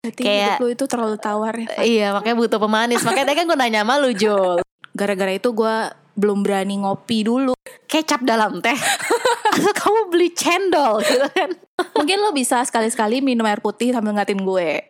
Berarti kayak, hidup lu itu terlalu tawar ya. Iya, makanya butuh pemanis. Makanya tadi kan gue nanya sama lu, Jul. Gara-gara itu gue belum berani ngopi dulu. Kecap dalam teh. Atau kamu beli cendol gitu kan. Mungkin lo bisa sekali-sekali minum air putih sambil ngatin gue.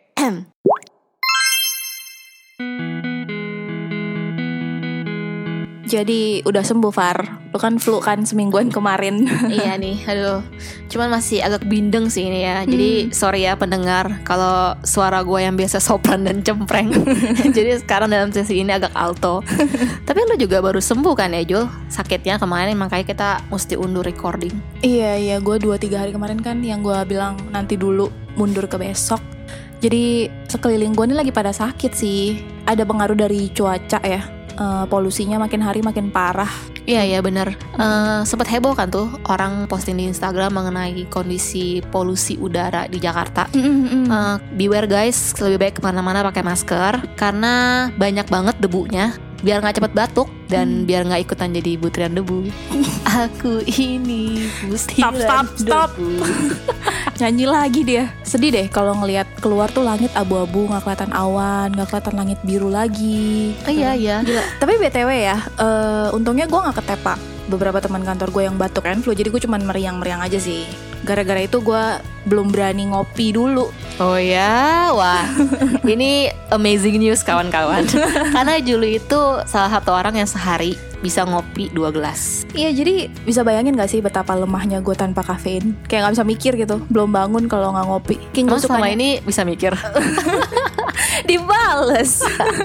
Jadi udah sembuh, Far. Lo kan flu kan semingguan kemarin. Iya nih, aduh. Cuman masih agak bindeng sih ini ya. Jadi sorry ya pendengar kalau suara gue yang biasa sopran dan cempreng. Jadi sekarang dalam sesi ini agak alto. Tapi lo juga baru sembuh kan ya, Jul? Sakitnya kemarin, makanya kita mesti undur recording. Iya, gue 2-3 hari kemarin kan yang gue bilang nanti dulu, mundur ke besok. Jadi sekeliling gue ini lagi pada sakit sih. Ada pengaruh dari cuaca ya. Polusinya makin hari makin parah. Iya benar. Sempat heboh kan tuh orang posting di Instagram mengenai kondisi polusi udara di Jakarta. Beware guys, lebih baik kemana-mana pakai masker karena banyak banget debunya. Biar nggak cepet batuk dan biar nggak ikutan jadi butiran debu. Aku ini butiran debu. Nyanyi lagi dia. Sedih deh kalau ngelihat keluar tuh langit abu-abu, nggak kelihatan awan, nggak kelihatan langit biru lagi. Iya. Gila. Tapi BTW ya, untungnya gue nggak ketepak beberapa teman kantor gue yang batuk and flu. Jadi gue cuman meriang-meriang aja sih. Gara-gara itu gue belum berani ngopi dulu. Oh ya, wah ini amazing news kawan-kawan. Karena Juli itu salah satu orang yang sehari bisa ngopi 2 gelas. Iya, jadi bisa bayangin gak sih betapa lemahnya gue tanpa kafein. Kayak gak bisa mikir gitu, belum bangun kalau gak ngopi. Kamu selama ini bisa mikir? Dibales.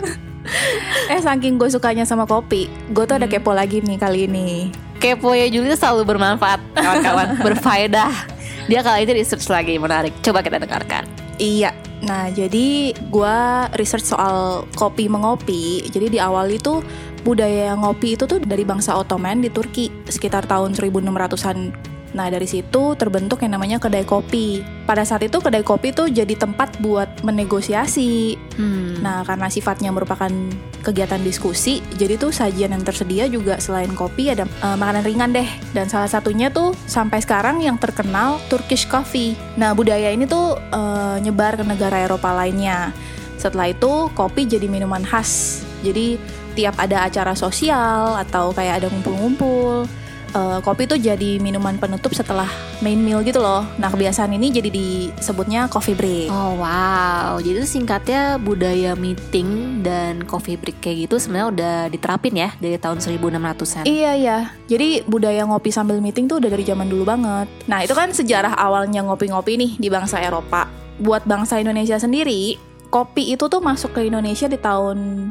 Saking gue sukanya sama kopi, gue tuh ada kepo lagi nih kali ini. Kepo ya Juli itu selalu bermanfaat kawan-kawan, berfaedah. Dia kali ini research lagi menarik. Coba kita dengarkan. Iya, nah jadi gue research soal kopi mengopi. Jadi di awal itu budaya ngopi itu tuh dari bangsa Ottoman di Turki sekitar tahun 1600-an. Nah dari situ terbentuk yang namanya kedai kopi. Pada saat itu kedai kopi tuh jadi tempat buat menegosiasi. Nah karena sifatnya merupakan kegiatan diskusi, jadi tuh sajian yang tersedia juga selain kopi ada makanan ringan deh. Dan salah satunya tuh sampai sekarang yang terkenal Turkish coffee. Nah budaya ini tuh nyebar ke negara Eropa lainnya. Setelah itu kopi jadi minuman khas. Jadi tiap ada acara sosial atau kayak ada ngumpul-ngumpul, kopi tuh jadi minuman penutup setelah main meal gitu loh. Nah kebiasaan ini jadi disebutnya coffee break. Oh wow, jadi itu singkatnya budaya meeting dan coffee break kayak gitu sebenarnya udah diterapin ya dari tahun 1600-an. Iya, jadi budaya ngopi sambil meeting tuh udah dari zaman dulu banget. Nah itu kan sejarah awalnya ngopi-ngopi nih di bangsa Eropa. Buat bangsa Indonesia sendiri, kopi itu tuh masuk ke Indonesia di tahun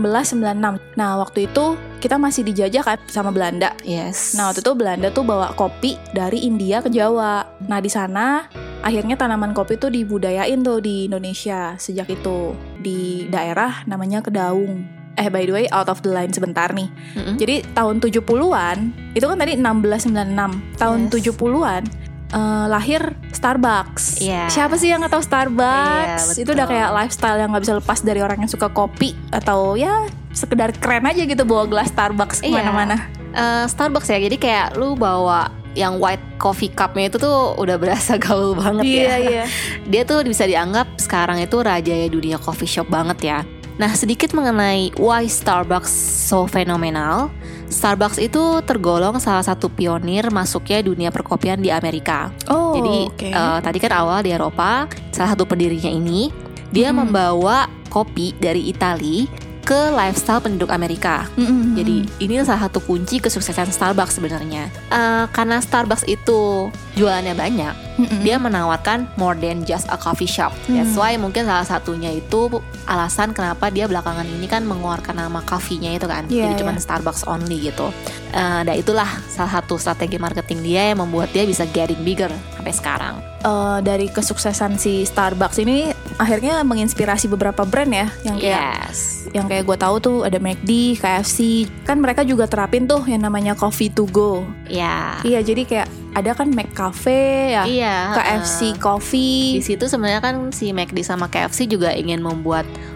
1696. Nah waktu itu kita masih dijajah kan sama Belanda. Yes. Nah waktu itu Belanda tuh bawa kopi dari India ke Jawa. Nah di sana akhirnya tanaman kopi tuh dibudayain tuh di Indonesia sejak itu di daerah namanya Kedaung. By the way out of the line sebentar nih. Jadi tahun 70-an itu kan tadi 1696. Tahun 70-an lahir Starbucks. Siapa sih yang nggak tahu Starbucks? Itu udah kayak lifestyle yang nggak bisa lepas dari orang yang suka kopi atau ya sekedar keren aja gitu bawa gelas Starbucks kemana-mana. Starbucks ya, jadi kayak lu bawa yang white coffee cupnya itu tuh udah berasa gaul banget ya. Iya. Dia tuh bisa dianggap sekarang itu raja dunia coffee shop banget ya. Nah sedikit mengenai why Starbucks so fenomenal. Starbucks itu tergolong salah satu pionir masuknya dunia perkopian di Amerika. Jadi tadi kan awal di Eropa, salah satu pendirinya ini dia membawa kopi dari Italia ke lifestyle penduduk Amerika. Jadi ini salah satu kunci kesuksesan Starbucks sebenarnya. Karena Starbucks itu jualannya banyak, dia menawarkan more than just a coffee shop. That's why mungkin salah satunya itu alasan kenapa dia belakangan ini kan mengeluarkan nama coffee-nya itu kan. Jadi cuma Starbucks only gitu. Dan itulah salah satu strategi marketing dia yang membuat dia bisa getting bigger sampai sekarang. Dari kesuksesan si Starbucks ini akhirnya menginspirasi beberapa brand ya yang kayak yang kayak gue tahu tuh ada McD, KFC. Kan mereka juga terapin tuh yang namanya coffee to go. Iya, jadi kayak ada kan McCafe ya, KFC Coffee. Di situ sebenarnya kan si McD sama KFC juga ingin membuat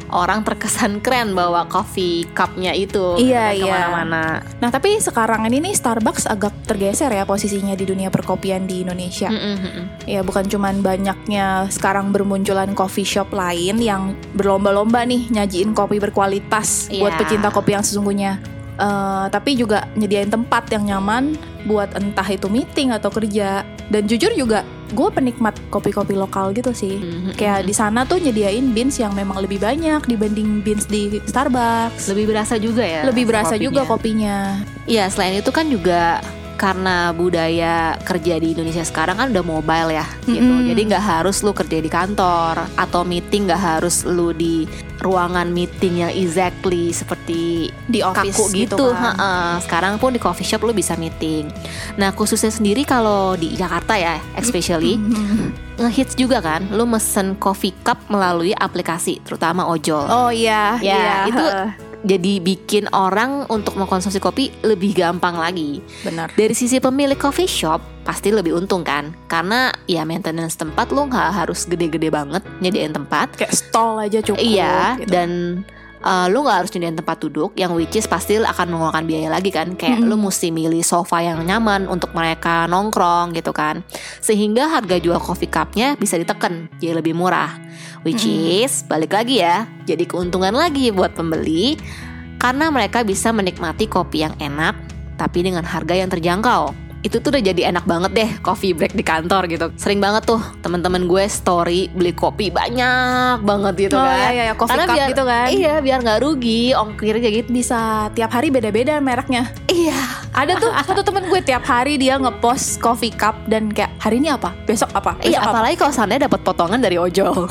orang terkesan keren bawa coffee cup-nya itu kemana-mana. Nah tapi sekarang ini nih Starbucks agak tergeser ya posisinya di dunia perkopian di Indonesia. Ya bukan cuman banyaknya sekarang bermunculan coffee shop lain yang berlomba-lomba nih nyajiin kopi berkualitas buat pecinta kopi yang sesungguhnya. Tapi juga nyediain tempat yang nyaman buat entah itu meeting atau kerja. Dan jujur juga gue penikmat kopi-kopi lokal gitu sih. Kayak di sana tuh nyediain beans yang memang lebih banyak dibanding beans di Starbucks. Lebih berasa juga ya. Lebih berasa juga kopinya. Iya, selain itu kan juga karena budaya kerja di Indonesia sekarang kan udah mobile ya gitu. Jadi gak harus lu kerja di kantor atau meeting gak harus lu di ruangan meeting yang exactly seperti di office kaku gitu kan. Sekarang pun di coffee shop lu bisa meeting. Nah khususnya sendiri kalau di Jakarta ya especially ngehits juga kan lu mesen coffee cup melalui aplikasi terutama ojol. Oh iya. Itu jadi bikin orang untuk mengkonsumsi kopi lebih gampang lagi. Benar. Dari sisi pemilik coffee shop pasti lebih untung kan, karena ya maintenance tempat lo nggak harus gede-gede banget nyediain tempat. Kayak stall aja cukup. Iya. Gitu. Dan lo nggak harus nyediain tempat duduk, yang which is pasti akan mengeluarkan biaya lagi kan. Kayak lo mesti milih sofa yang nyaman untuk mereka nongkrong gitu kan. Sehingga harga jual coffee cupnya bisa ditekan jadi lebih murah. Which is balik lagi ya, jadi keuntungan lagi buat pembeli karena mereka bisa menikmati kopi yang enak tapi dengan harga yang terjangkau. Itu tuh udah jadi enak banget deh coffee break di kantor gitu. Sering banget tuh teman-teman gue story beli kopi banyak banget gitu kan. Iya, coffee karena cup biar, gitu kan. Iya, biar nggak rugi ongkirnya gitu. Bisa tiap hari beda-beda mereknya. Iya. Ada tuh satu temen gue tiap hari dia ngepost coffee cup dan kayak hari ini apa, besok apa. Iya, apalagi kalau seandainya dapat potongan dari ojol.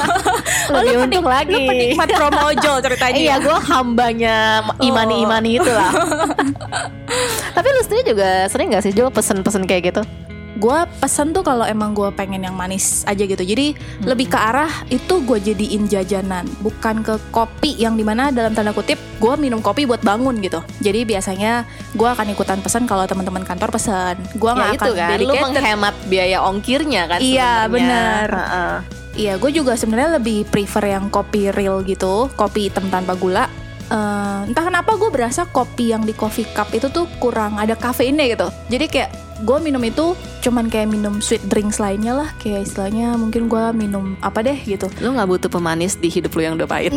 Lebih untung lagi. Lu penikmat promo ojol ceritanya. Iya, gue hambanya imani-imani itulah. Tapi lu sendiri juga sering gak sih Jo pesen-pesen kayak gitu? Gue pesen tuh kalau emang gue pengen yang manis aja gitu. Jadi lebih ke arah itu gue jadiin jajanan, bukan ke kopi yang dimana dalam tanda kutip gue minum kopi buat bangun gitu. Jadi biasanya gue akan ikutan pesen kalau teman-teman kantor pesen. Gue nggak akan kan, lu menghemat biaya ongkirnya kan. Iya benar. Iya, gue juga sebenarnya lebih prefer yang kopi real gitu, kopi hitam tanpa gula. Entah kenapa gue berasa kopi yang di coffee cup itu tuh kurang ada kafeinnya gitu. Jadi kayak gue minum itu cuman kayak minum sweet drinks lainnya lah. Kayak istilahnya mungkin gue minum apa deh gitu. Lu gak butuh pemanis di hidup lu yang udah pahit.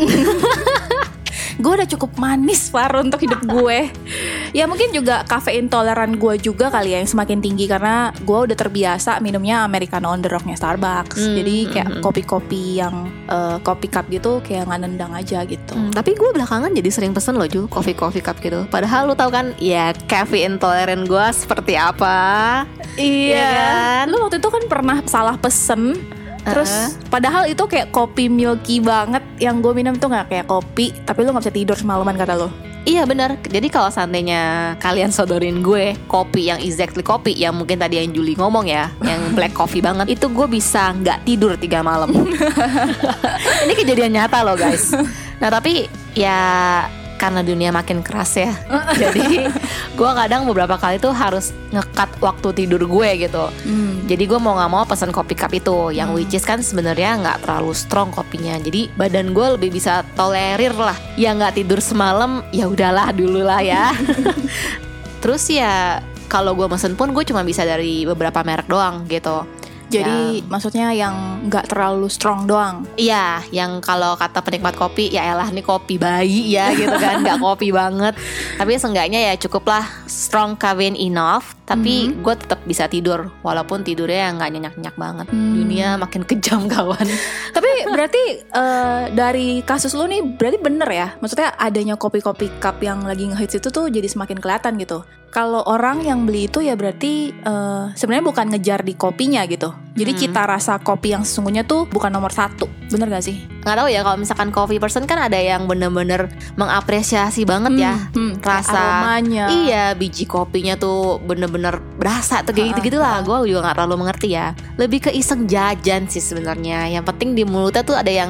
Gue udah cukup manis Far untuk hidup gue. Ya mungkin juga kafein toleran gue juga kali ya yang semakin tinggi, karena gue udah terbiasa minumnya Americano on the rock-nya Starbucks. Jadi kayak kopi-kopi yang kopi cup gitu kayak gak nendang aja gitu. Tapi gue belakangan jadi sering pesen loh Ju, coffee cup gitu. Padahal lu tahu kan ya kafein toleran gue seperti apa. Iya ya kan? Lu waktu itu kan pernah salah pesen. Terus padahal itu kayak kopi milky banget. Yang gue minum tuh gak kayak kopi, tapi lu gak bisa tidur semalaman kata lu. Iya benar. Jadi kalau seandainya kalian sodorin gue kopi yang exactly kopi, yang mungkin tadi yang Julie ngomong ya, yang black coffee banget, itu gue bisa gak tidur 3 malam. Ini kejadian nyata loh guys. Nah tapi ya karena dunia makin keras ya, jadi gue kadang beberapa kali tuh harus nge-cut waktu tidur gue gitu. Jadi gue mau nggak mau pesan kopi cup itu, yang which is kan sebenarnya nggak terlalu strong kopinya. Jadi badan gue lebih bisa tolerir lah. Ya nggak tidur semalam, ya udahlah dulu lah ya. Terus ya kalau gue mesen pun gue cuma bisa dari beberapa merek doang gitu. Jadi maksudnya yang nggak terlalu strong doang. Iya, yang kalau kata penikmat kopi, ya elah nih kopi bayi ya gitu kan, nggak kopi banget. Tapi seenggaknya ya cukuplah strong caffeine enough. Tapi gue tetap bisa tidur, walaupun tidurnya nggak nyenyak-nyenyak banget. Dunia makin kejam kawan. Tapi berarti dari kasus lu nih berarti bener ya? Maksudnya adanya kopi-kopi cup yang lagi ngehits itu tuh jadi semakin kelihatan gitu. Kalau orang yang beli itu ya berarti sebenarnya bukan ngejar di kopinya gitu. Jadi cita rasa kopi yang sesungguhnya tuh bukan nomor 1. Bener gak sih? Nggak tahu ya, kalau misalkan coffee person kan ada yang bener-bener mengapresiasi banget ya rasa aromanya. Iya, biji kopinya tuh bener-bener berasa tuh kayak gitu-gitu lah. Gue juga nggak terlalu mengerti ya. Lebih ke iseng jajan sih sebenarnya. Yang penting di mulutnya tuh ada yang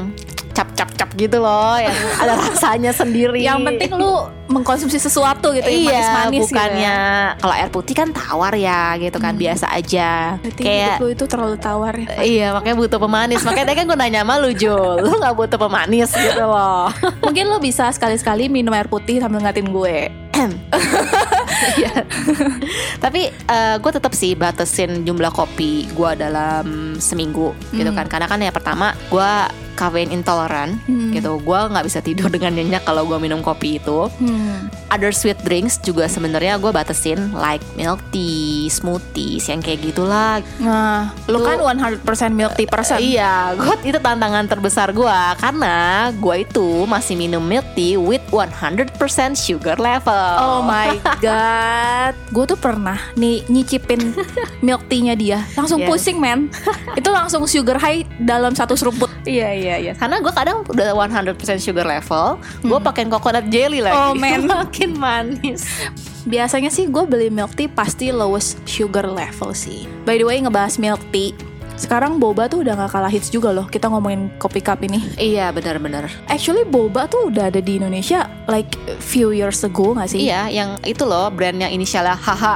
cap gitu loh, yang ada rasanya sendiri. Yang penting lu mengkonsumsi sesuatu gitu yang manis-manis bukannya gitu ya. Kalau air putih kan tawar ya gitu kan, biasa aja. Berarti Kayak hidup lu itu terlalu tawar ya. Iya, makanya butuh pemanis. Makanya tadi kan gue nanya sama lu, Jul, lu gak butuh pemanis gitu loh. Mungkin lu bisa sekali-sekali minum air putih sambil ngatin gue. Iya. Tapi gue tetap sih batasin jumlah kopi gue dalam seminggu gitu kan. Karena kan ya pertama gue caffeine intolerant gitu. Gue nggak bisa tidur dengan nyenyak kalau gue minum kopi itu. Other sweet drinks juga sebenarnya gue batasin, like milk tea, smoothies yang kayak gitulah. Nah, lu kan 100% milk tea person. Iya, itu tantangan terbesar gue karena gue itu masih minum milk tea with 100% sugar level. Oh my god, gue tuh pernah nih nyicipin milk tea-nya dia, langsung pusing men. Itu langsung sugar high dalam satu seruput. Iya. Karena gue kadang udah 100% sugar level, gue pakein coconut jelly lagi. Oh man, makin manis. Biasanya sih gue beli milk tea pasti lowest sugar level sih. By the way, ngebahas milk tea, sekarang boba tuh udah gak kalah hits juga loh. Kita ngomongin kopi cup ini. Iya, benar-benar. Actually boba tuh udah ada di Indonesia like few years ago gak sih? Iya, yang itu loh brandnya inisialnya HH.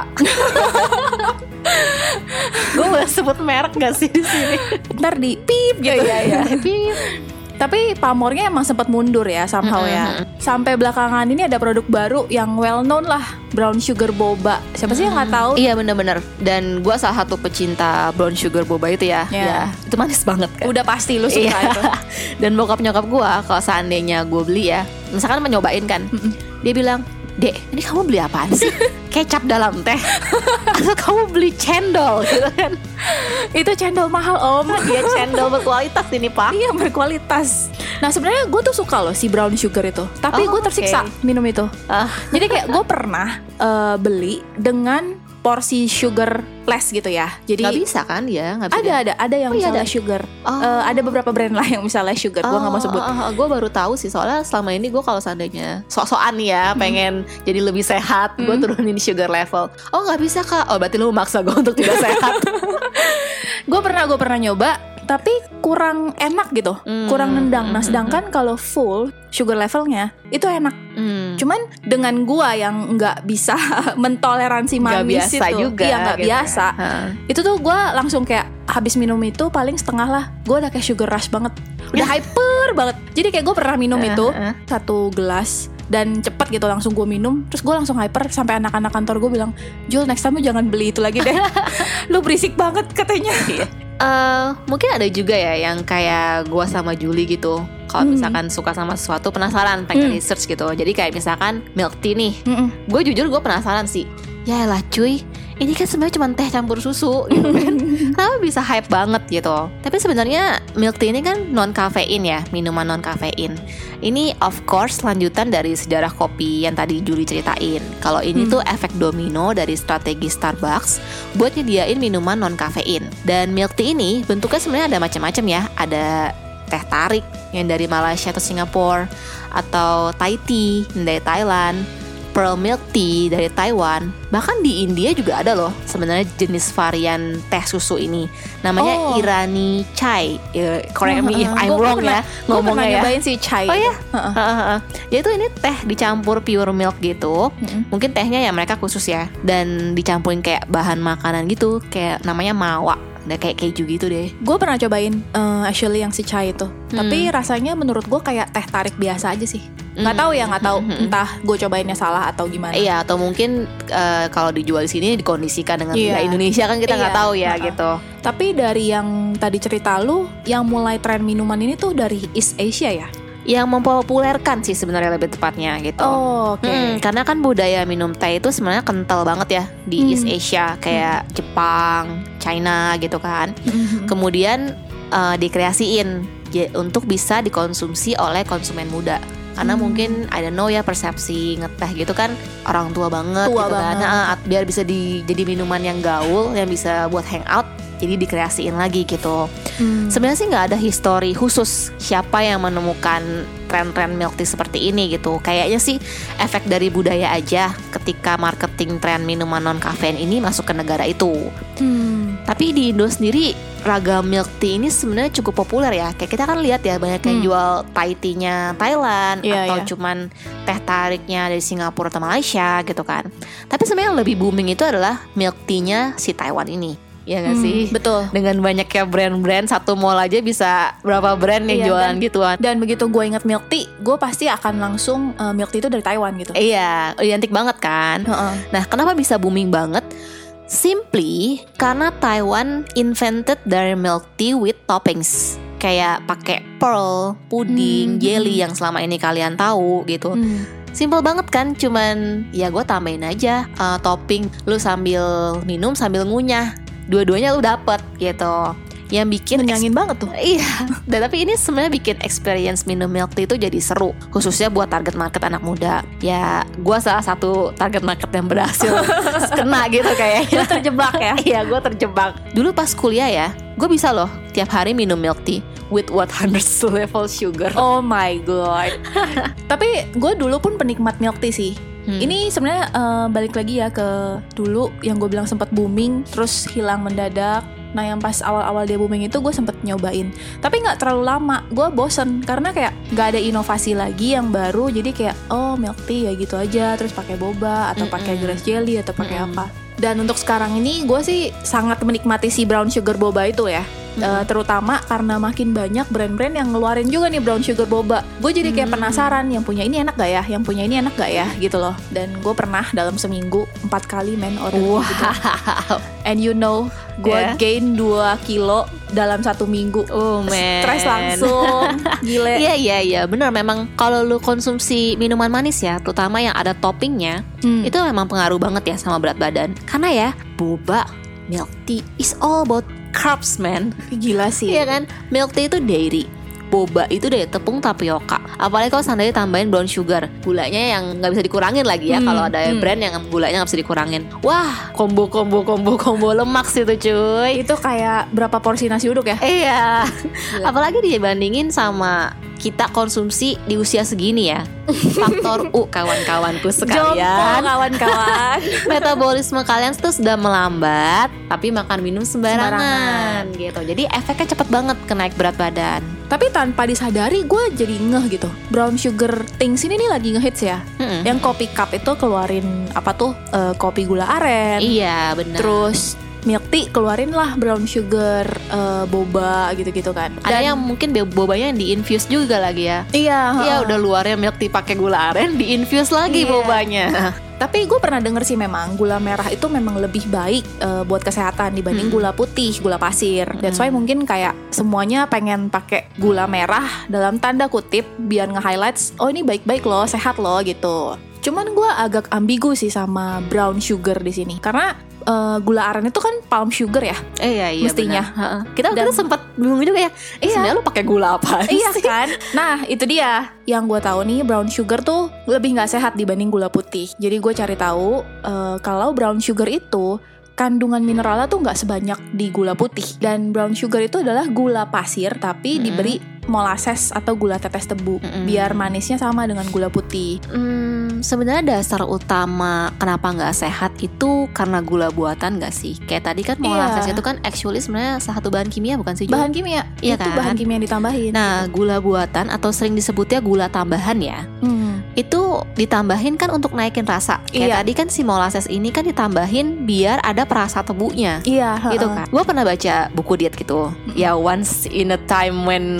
Gue boleh sebut merek gak sih di sini? Ntar di pip gitu. Iya. Pip. Tapi pamornya emang sempat mundur ya somehow ya. Sampai belakangan ini ada produk baru yang well known lah, brown sugar boba. Siapa sih yang nggak tahu? Iya benar-benar. Dan gue salah satu pecinta brown sugar boba itu ya. Ya itu manis banget kan. Udah pasti lu suka itu. Dan bokap nyokap gue kalau seandainya gue beli ya, misalkan mencobain kan, dia bilang, "Dek, ini kamu beli apaan sih? Kecap dalam teh? Atau kamu beli cendol gitu kan?" Itu cendol mahal om. Dia cendol berkualitas ini pak. Iya berkualitas. Nah sebenarnya gue tuh suka loh si brown sugar itu. Tapi gue tersiksa minum itu. Jadi kayak gue pernah beli dengan porsi sugar less gitu ya. Jadi nggak bisa kan ya? Nggak bisa. Ada yang misalnya sugar. Ada beberapa brand lah yang misalnya sugar. Gue nggak mau sebut. Gue baru tahu sih, soalnya selama ini gue kalau seandainya sok-sokan ya pengen jadi lebih sehat, gue turunin sugar level. Oh nggak bisa kak. Oh berarti lu memaksa gue untuk tidak sehat. Gue pernah nyoba, tapi kurang enak gitu, kurang nendang. Nah sedangkan kalau full sugar levelnya itu enak. Cuman dengan gua yang nggak bisa mentoleransi manis biasa itu, juga, iya nggak gitu biasa. Itu tuh gua langsung kayak habis minum itu paling setengah lah, gua udah kayak sugar rush banget, udah hyper banget. Jadi kayak gua pernah minum itu 1 gelas dan cepet gitu langsung gue minum, terus gue langsung hyper sampai anak-anak kantor gue bilang, "Jul, next time lu jangan beli itu lagi deh." Lu berisik banget katanya. Mungkin ada juga ya yang kayak gue sama Julie gitu. Kalau misalkan suka sama sesuatu, penasaran, pengen research gitu. Jadi kayak misalkan milk tea nih, gue jujur gue penasaran sih. Yaelah cuy, ini kan sebenarnya cuma teh campur susu gitu kan. Kenapa bisa hype banget gitu. Tapi sebenarnya milk tea ini kan non kafein ya, minuman non kafein. Ini of course lanjutan dari sejarah kopi yang tadi Julie ceritain. Kalau ini tuh efek domino dari strategi Starbucks buat nyediain minuman non kafein. Dan milk tea ini bentuknya sebenarnya ada macam-macam ya. Ada teh tarik yang dari Malaysia atau Singapura, atau Thai tea dari Thailand, pearl milk tea dari Taiwan. Bahkan di India juga ada loh sebenarnya jenis varian teh susu ini. Namanya Irani chai. Correct me if I'm wrong ya ngomongnya ya. Gue pernah nyobain si chai. Oh ya? Yaitu ini teh dicampur pure milk gitu. Mungkin tehnya ya mereka khusus ya. Dan dicampurin kayak bahan makanan gitu. Kayak namanya mawa. Udah kayak keju gitu deh. Gue pernah cobain actually yang si chai itu. Tapi rasanya menurut gue kayak teh tarik biasa aja sih. Nggak tahu entah gue cobainnya salah atau gimana. Iya, atau mungkin kalau dijual di sini dikondisikan dengan lidah Indonesia kan kita nggak tahu ya gitu. Tapi dari yang tadi cerita lu, yang mulai tren minuman ini tuh dari East Asia ya? Yang mempopulerkan sih sebenarnya lebih tepatnya gitu. Karena kan budaya minum teh itu sebenarnya kental banget ya di East Asia, kayak Jepang, China gitu kan. Kemudian dikreasiin untuk bisa dikonsumsi oleh konsumen muda. Karena mungkin I don't know ya, persepsi ngeteh gitu kan orang tua banget gitu kan. Nah, biar bisa jadi minuman yang gaul, yang bisa buat hangout, jadi dikreasiin lagi gitu. Sebenarnya sih nggak ada histori khusus siapa yang menemukan tren-tren milk tea seperti ini gitu. Kayaknya sih efek dari budaya aja ketika marketing tren minuman non kafein ini masuk ke negara itu. Tapi di Indo sendiri ragam milk tea ini sebenarnya cukup populer ya. Kayak kita kan lihat ya banyak yang jual Thai tea-nya Thailand atau cuman teh tariknya dari Singapura atau Malaysia gitu kan. Tapi sebenarnya yang lebih booming itu adalah milk tea-nya si Taiwan ini. Ya gak sih? Betul. Dengan banyaknya brand-brand, satu mall aja bisa berapa brand yang jualan gituan. Dan begitu gue ingat milk tea, gue pasti akan langsung milk tea itu dari Taiwan gitu. Iya, identik banget kan. Nah, kenapa bisa booming banget? Simply karena Taiwan invented their milk tea with toppings. Kayak pakai pearl, puding, jelly yang selama ini kalian tahu gitu. Simple banget kan, cuman ya gue tambahin aja topping, lu sambil minum sambil ngunyah. Dua-duanya lu dapet gitu. Yang bikin nyenengin banget tuh. Iya. Dan tapi ini sebenarnya bikin experience minum milk tea itu jadi seru, khususnya buat target market anak muda. Ya gue salah satu target market yang berhasil kena gitu kayaknya. Terjebak ya. Iya, gue terjebak. Dulu pas kuliah ya, gue bisa loh tiap hari minum milk tea with 100 level sugar. Oh my god. Tapi gue dulu pun penikmat milk tea sih. Ini sebenarnya balik lagi ya ke dulu yang gue bilang sempat booming terus hilang mendadak. Nah yang pas awal-awal dia booming itu gue sempet nyobain, tapi nggak terlalu lama. Gue bosen karena kayak nggak ada inovasi lagi yang baru. Jadi kayak milk tea ya gitu aja, terus pakai boba atau pakai grass jelly atau pakai apa. Dan untuk sekarang ini gue sih sangat menikmati si brown sugar boba itu ya. Terutama karena makin banyak brand-brand yang ngeluarin juga nih brown sugar boba. Gue jadi kayak penasaran, yang punya ini enak gak ya? Yang punya ini enak gak ya? Gitu loh. Dan gue pernah dalam seminggu 4 kali order gitu. And you know, gue gain 2 kilo dalam 1 minggu. Oh man, stres langsung. Gile. Iya bener, memang kalau lu konsumsi minuman manis ya, terutama yang ada toppingnya, itu memang pengaruh banget ya sama berat badan. Karena ya boba, milk tea is all about carbs man. Gila sih. Iya kan, milk tea itu dairy, boba itu dari tepung tapioka. Apalagi kalau seandainya tambahin brown sugar, gulanya yang nggak bisa dikurangin lagi ya. Kalau ada brand yang gulanya nggak bisa dikurangin, wah combo lemak sih itu cuy. Itu kayak berapa porsi nasi uduk ya? Iya. Apalagi dibandingin sama kita konsumsi di usia segini ya. Faktor U kawan-kawanku sekalian. Jompo kawan-kawan. Metabolisme kalian tuh sudah melambat, tapi makan minum sembarangan gitu. Jadi efeknya cepet banget ke naik berat badan. Tapi tanpa disadari gue jadi ngeh gitu. Brown sugar things ini nih lagi ngehits ya. Yang kopi cup itu keluarin apa tuh? Kopi gula aren. Iya benar. Terus milk tea keluarin lah brown sugar boba gitu-gitu kan. Ada yang mungkin bobanya yang di-infuse juga lagi ya. Iya, udah luarnya milk tea pakai gula aren, di-infuse lagi bobanya. Tapi gue pernah denger sih memang gula merah itu memang lebih baik buat kesehatan dibanding gula putih, gula pasir. That's why mungkin kayak semuanya pengen pakai gula merah dalam tanda kutip biar nge-highlights, oh ini baik-baik loh, sehat loh gitu. Cuman gue agak ambigu sih sama brown sugar di sini karena gula aren itu kan palm sugar ya. Iya mestinya. Kita sempat bingung juga ya. Sebenarnya lu pakai gula apa sih? Iya kan. Nah itu dia yang gue tahu nih, brown sugar tuh lebih nggak sehat dibanding gula putih. Jadi gue cari tahu kalau brown sugar itu kandungan mineralnya tuh nggak sebanyak di gula putih. Dan brown sugar itu adalah gula pasir tapi diberi molasses atau gula tetes tebu biar manisnya sama dengan gula putih. Sebenarnya dasar utama kenapa nggak sehat itu karena gula buatan nggak sih? Kayak tadi kan molasses itu kan actually sebenarnya salah satu bahan kimia bukan sih? Bahan kimia, iya itu kan? Bahan kimia yang ditambahin. Nah gula buatan atau sering disebutnya gula tambahan ya. Itu ditambahin kan untuk naikin rasa. Kayak tadi kan si molasses ini kan ditambahin biar ada perasa tebunya. Iya. Gitu kan. Gue pernah baca buku diet gitu. Ya once in a time when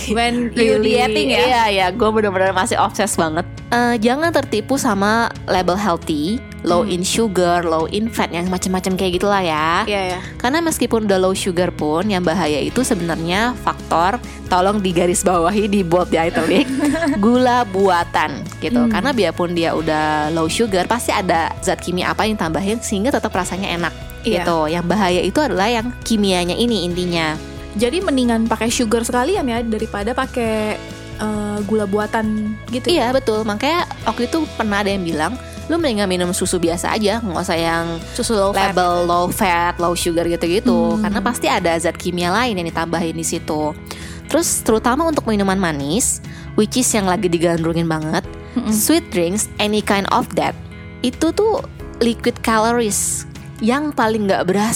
you dieting ya. Iya, gue benar-benar masih obses banget. Jangan tertipu sama label healthy, low in sugar, low in fat, yang macam-macam kayak gitulah ya. Iya. Karena meskipun udah low sugar pun, yang bahaya itu sebenarnya faktor, tolong digarisbawahi, di bold, di italic, gula buatan gitu. Karena biarpun dia udah low sugar, pasti ada zat kimia apa yang tambahin sehingga tetap rasanya enak gitu. Yang bahaya itu adalah yang kimianya ini intinya. Jadi mendingan pakai sugar sekalian ya daripada pakai gula buatan gitu. Iya betul. Makanya waktu itu pernah ada yang bilang, lu mendingan minum susu biasa aja, nggak usah yang susu low label fat. Low fat, low sugar gitu-gitu. Karena pasti ada zat kimia lain yang ditambahin di situ. Terus terutama untuk minuman manis, which is yang lagi digandrungin banget, sweet drinks, any kind of that, itu tuh liquid calories yang paling nggak berasa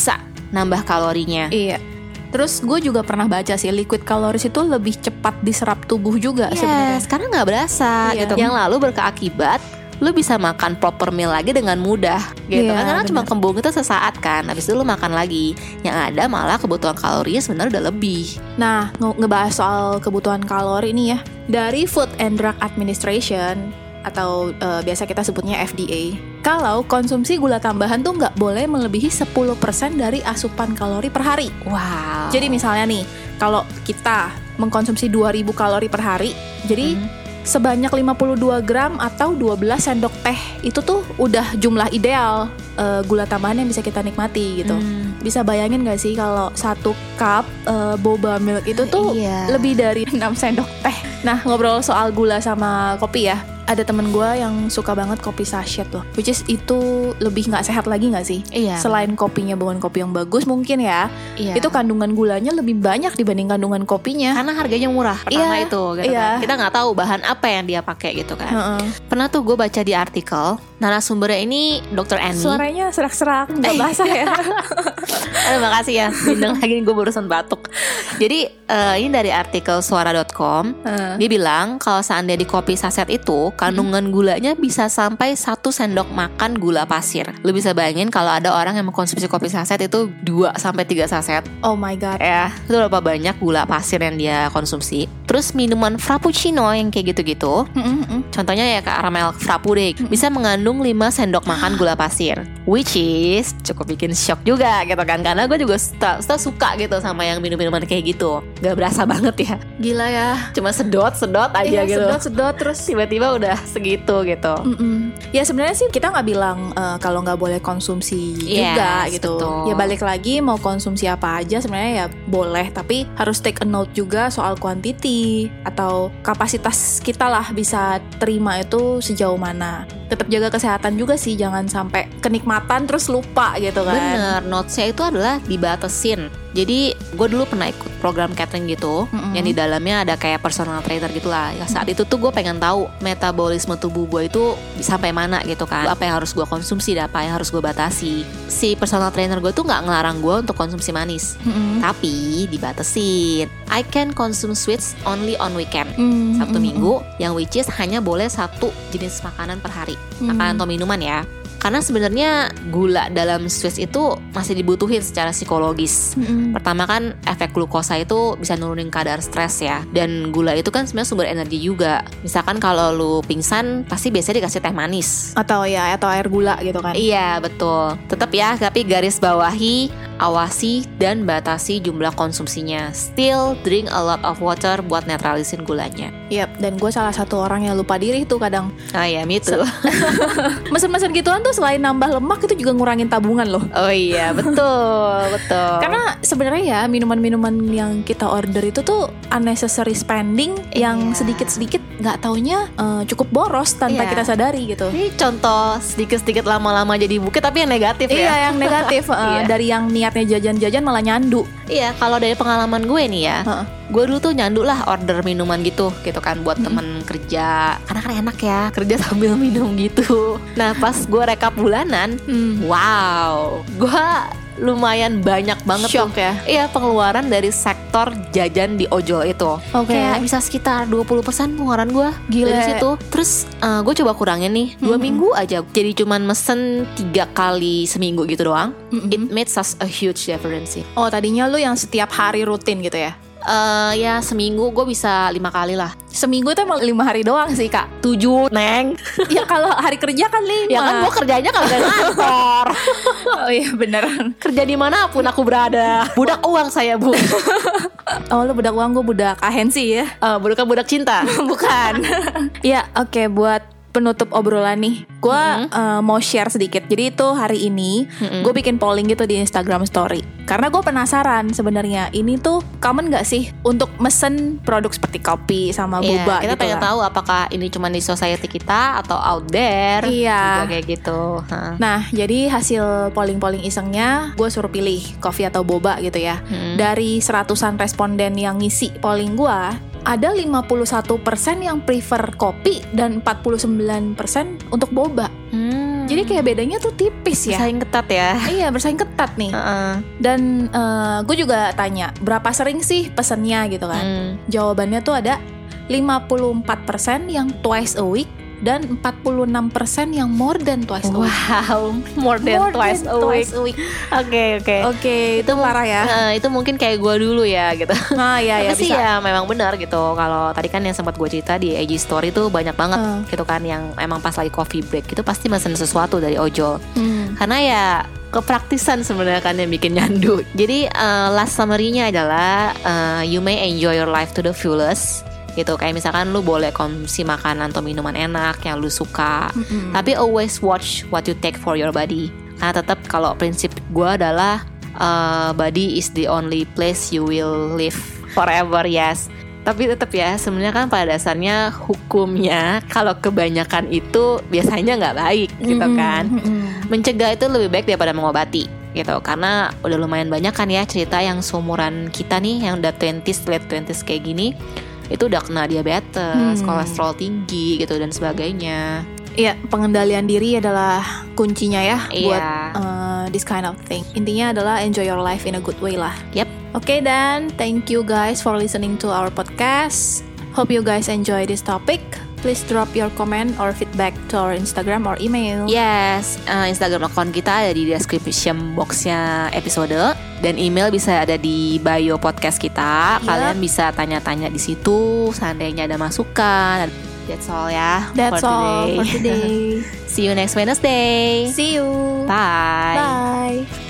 nambah kalorinya. Iya. Terus gue juga pernah baca sih, liquid calories itu lebih cepat diserap tubuh juga sebenarnya. Sekarang nggak berasa gitu. Yang lalu berkeakibat lu bisa makan proper meal lagi dengan mudah gitu kan. Karena cuma kembung itu sesaat kan. Habis itu lu makan lagi. Yang ada malah kebutuhan kalorinya sebenarnya udah lebih. Nah, ngebahas soal kebutuhan kalori nih ya. Dari Food and Drug Administration atau biasa kita sebutnya FDA, kalau konsumsi gula tambahan tuh nggak boleh melebihi 10% dari asupan kalori per hari. Wow. Jadi misalnya nih, kalau kita mengkonsumsi 2000 kalori per hari, jadi sebanyak 52 gram atau 12 sendok teh itu tuh udah jumlah ideal gula tambahan yang bisa kita nikmati gitu. Bisa bayangin gak sih kalau 1 cup boba milk itu tuh lebih dari 6 sendok teh. Nah, ngobrol soal gula sama kopi ya, ada temen gue yang suka banget kopi sachet loh, which is itu lebih nggak sehat lagi nggak sih? Iya. Selain kopinya bukan kopi yang bagus mungkin ya, itu kandungan gulanya lebih banyak dibanding kandungan kopinya. Karena harganya murah. Pertama itu, gitu kan. Kita nggak tahu bahan apa yang dia pakai gitu kan. Pernah tuh gue baca di artikel, narasumbernya ini Dr. Annie. Suaranya serak-serak, nggak basah ya. Aduh, makasih ya. Bintang lagi gue barusan batuk. Jadi ini dari artikel suara.com. Dia bilang kalau seandainya di kopi saset itu kandungan gulanya bisa sampai 1 sendok makan gula pasir. Lu bisa bayangin kalau ada orang yang mengkonsumsi kopi saset itu 2-3 saset. Oh my god. Ya, itu berapa banyak gula pasir yang dia konsumsi. Terus minuman frappuccino yang kayak gitu-gitu, contohnya ya karamel frappu deh, bisa mengandung 5 sendok makan gula pasir. Which is cukup bikin shock juga gitu kan. Karena gue juga suka gitu sama yang minum-minuman kayak gitu. Gak berasa banget ya. Gila ya. Cuma sedot aja gitu. Sedot terus tiba-tiba udah segitu gitu. Ya sebenarnya sih kita nggak bilang kalau nggak boleh konsumsi juga gitu. Betul. Ya balik lagi mau konsumsi apa aja sebenarnya ya boleh, tapi harus take a note juga soal quantity atau kapasitas kita lah bisa terima itu sejauh mana. Tetap jaga kesehatan juga sih, jangan sampai kenikmatan terus lupa gitu kan. Bener, notesnya itu adalah dibatasin. Jadi gue dulu pernah ikut program catering gitu, yang di dalamnya ada kayak personal trainer gitu lah. Ya, saat itu tuh gue pengen tahu metabolisme tubuh gue itu sampai mana gitu kan. Apa yang harus gue konsumsi dan apa yang harus gue batasi. Si personal trainer gue tuh gak ngelarang gue untuk konsumsi manis, tapi dibatasin. I can consume sweets only on weekend, Sabtu Minggu, yang which is hanya boleh 1 jenis makanan per hari, makanan atau minuman ya. Karena sebenarnya gula dalam sweets itu masih dibutuhin secara psikologis. Pertama kan efek glukosa itu bisa nurunin kadar stres ya. Dan gula itu kan sebenarnya sumber energi juga. Misalkan kalau lu pingsan pasti biasanya dikasih teh manis atau air gula gitu kan. Iya betul. Tetap ya, tapi garis bawahi, awasi dan batasi jumlah konsumsinya. Still drink a lot of water buat netralisin gulanya. Yap, dan gue salah satu orang yang lupa diri tuh kadang. Oh iya, me too. Mesen-mesen gituan tuh selain nambah lemak itu juga ngurangin tabungan loh. Oh iya, betul. Karena sebenarnya ya minuman-minuman yang kita order itu tuh unnecessary spending yang sedikit-sedikit nggak taunya cukup boros tanpa kita sadari gitu. Ini contoh sedikit-sedikit lama-lama jadi bukit tapi yang negatif ya. Iya, yang negatif. Dari yang niatnya jajan-jajan malah nyandu. Iya, kalau dari pengalaman gue nih ya, gue dulu tuh nyandu lah order minuman gitu kan buat temen kerja. Karena kan enak ya kerja sambil minum gitu. Nah pas gue rekap bulanan, wow, gue lumayan banyak banget shock tuh. Ya. Iya, pengeluaran dari sektor jajan di ojol itu. Kayak bisa sekitar 20% pengeluaran gue dari situ. Terus gue coba kurangin nih 2 minggu aja. Jadi cuman mesen 3 kali seminggu gitu doang. It made such a huge difference sih. Oh, tadinya lu yang setiap hari rutin gitu ya? Ya seminggu gue bisa 5 kali lah. Seminggu tuh emang 5 hari doang sih kak. 7 Neng. Ya kalau hari kerja kan 5. Ya kan gue kerjanya kalau dari kantor. Oh iya beneran. Kerja dimanapun aku berada. Budak uang saya bu. Oh lu budak uang, gue budak ahensi ya. Budak cinta. Bukan. Ya oke, buat penutup obrolan nih, gue mau share sedikit. Jadi itu hari ini gue bikin polling gitu di Instagram Story. Karena gue penasaran sebenarnya ini tuh common gak sih untuk mesen produk seperti kopi sama boba kita gitu pengen lah. tahu apakah ini cuma di society kita atau out there. Iya. Juga kayak gitu. Nah jadi hasil polling-polling isengnya gue suruh pilih kopi atau boba gitu ya. Dari 100-an responden yang ngisi polling gue, ada 51% yang prefer kopi dan 49% untuk boba. Jadi Jadi kayak bedanya tuh tipis ya. Bersaing ketat ya. Iya, bersaing ketat nih. Dan gue juga tanya berapa sering sih pesennya gitu kan. Jawabannya tuh ada 54% yang twice a week dan 46% yang more than twice a week. Wow, more than twice a week. Oke, itu parah ya. Itu mungkin kayak gue dulu ya gitu. Nah, ya Tapi sih bisa. ya memang benar gitu. Kalau tadi kan yang sempat gue cerita di IG story tuh banyak banget gitu kan yang emang pas lagi coffee break itu pasti mesen sesuatu dari ojol. Karena ya kepraktisan sebenarnya kan yang bikin nyandu. Jadi last summary-nya adalah you may enjoy your life to the fullest gitu. Kayak misalkan lu boleh konsumsi makanan atau minuman enak yang lu suka, tapi always watch what you take for your body. Karena tetap kalau prinsip gue adalah body is the only place you will live forever, yes. Tapi tetap ya sebenarnya kan pada dasarnya hukumnya kalau kebanyakan itu biasanya nggak baik gitu kan. Mencegah itu lebih baik daripada mengobati gitu. Karena udah lumayan banyak kan ya cerita yang seumuran kita nih yang udah 20s, late 20s kayak gini itu udah kena diabetes, kolesterol tinggi gitu dan sebagainya. Iya, pengendalian diri adalah kuncinya ya buat Iya. this kind of thing. Intinya adalah enjoy your life in a good way lah. Yep. Oke, dan thank you guys for listening to our podcast. Hope you guys enjoy this topic. Please drop your comment or feedback to our Instagram or email. Yes, Instagram account kita ada di description boxnya episode dan email bisa ada di bio podcast kita. Yep. Kalian bisa tanya-tanya di situ, seandainya ada masukan. That's all ya. That's all for today. See you next Wednesday. See you. Bye. Bye.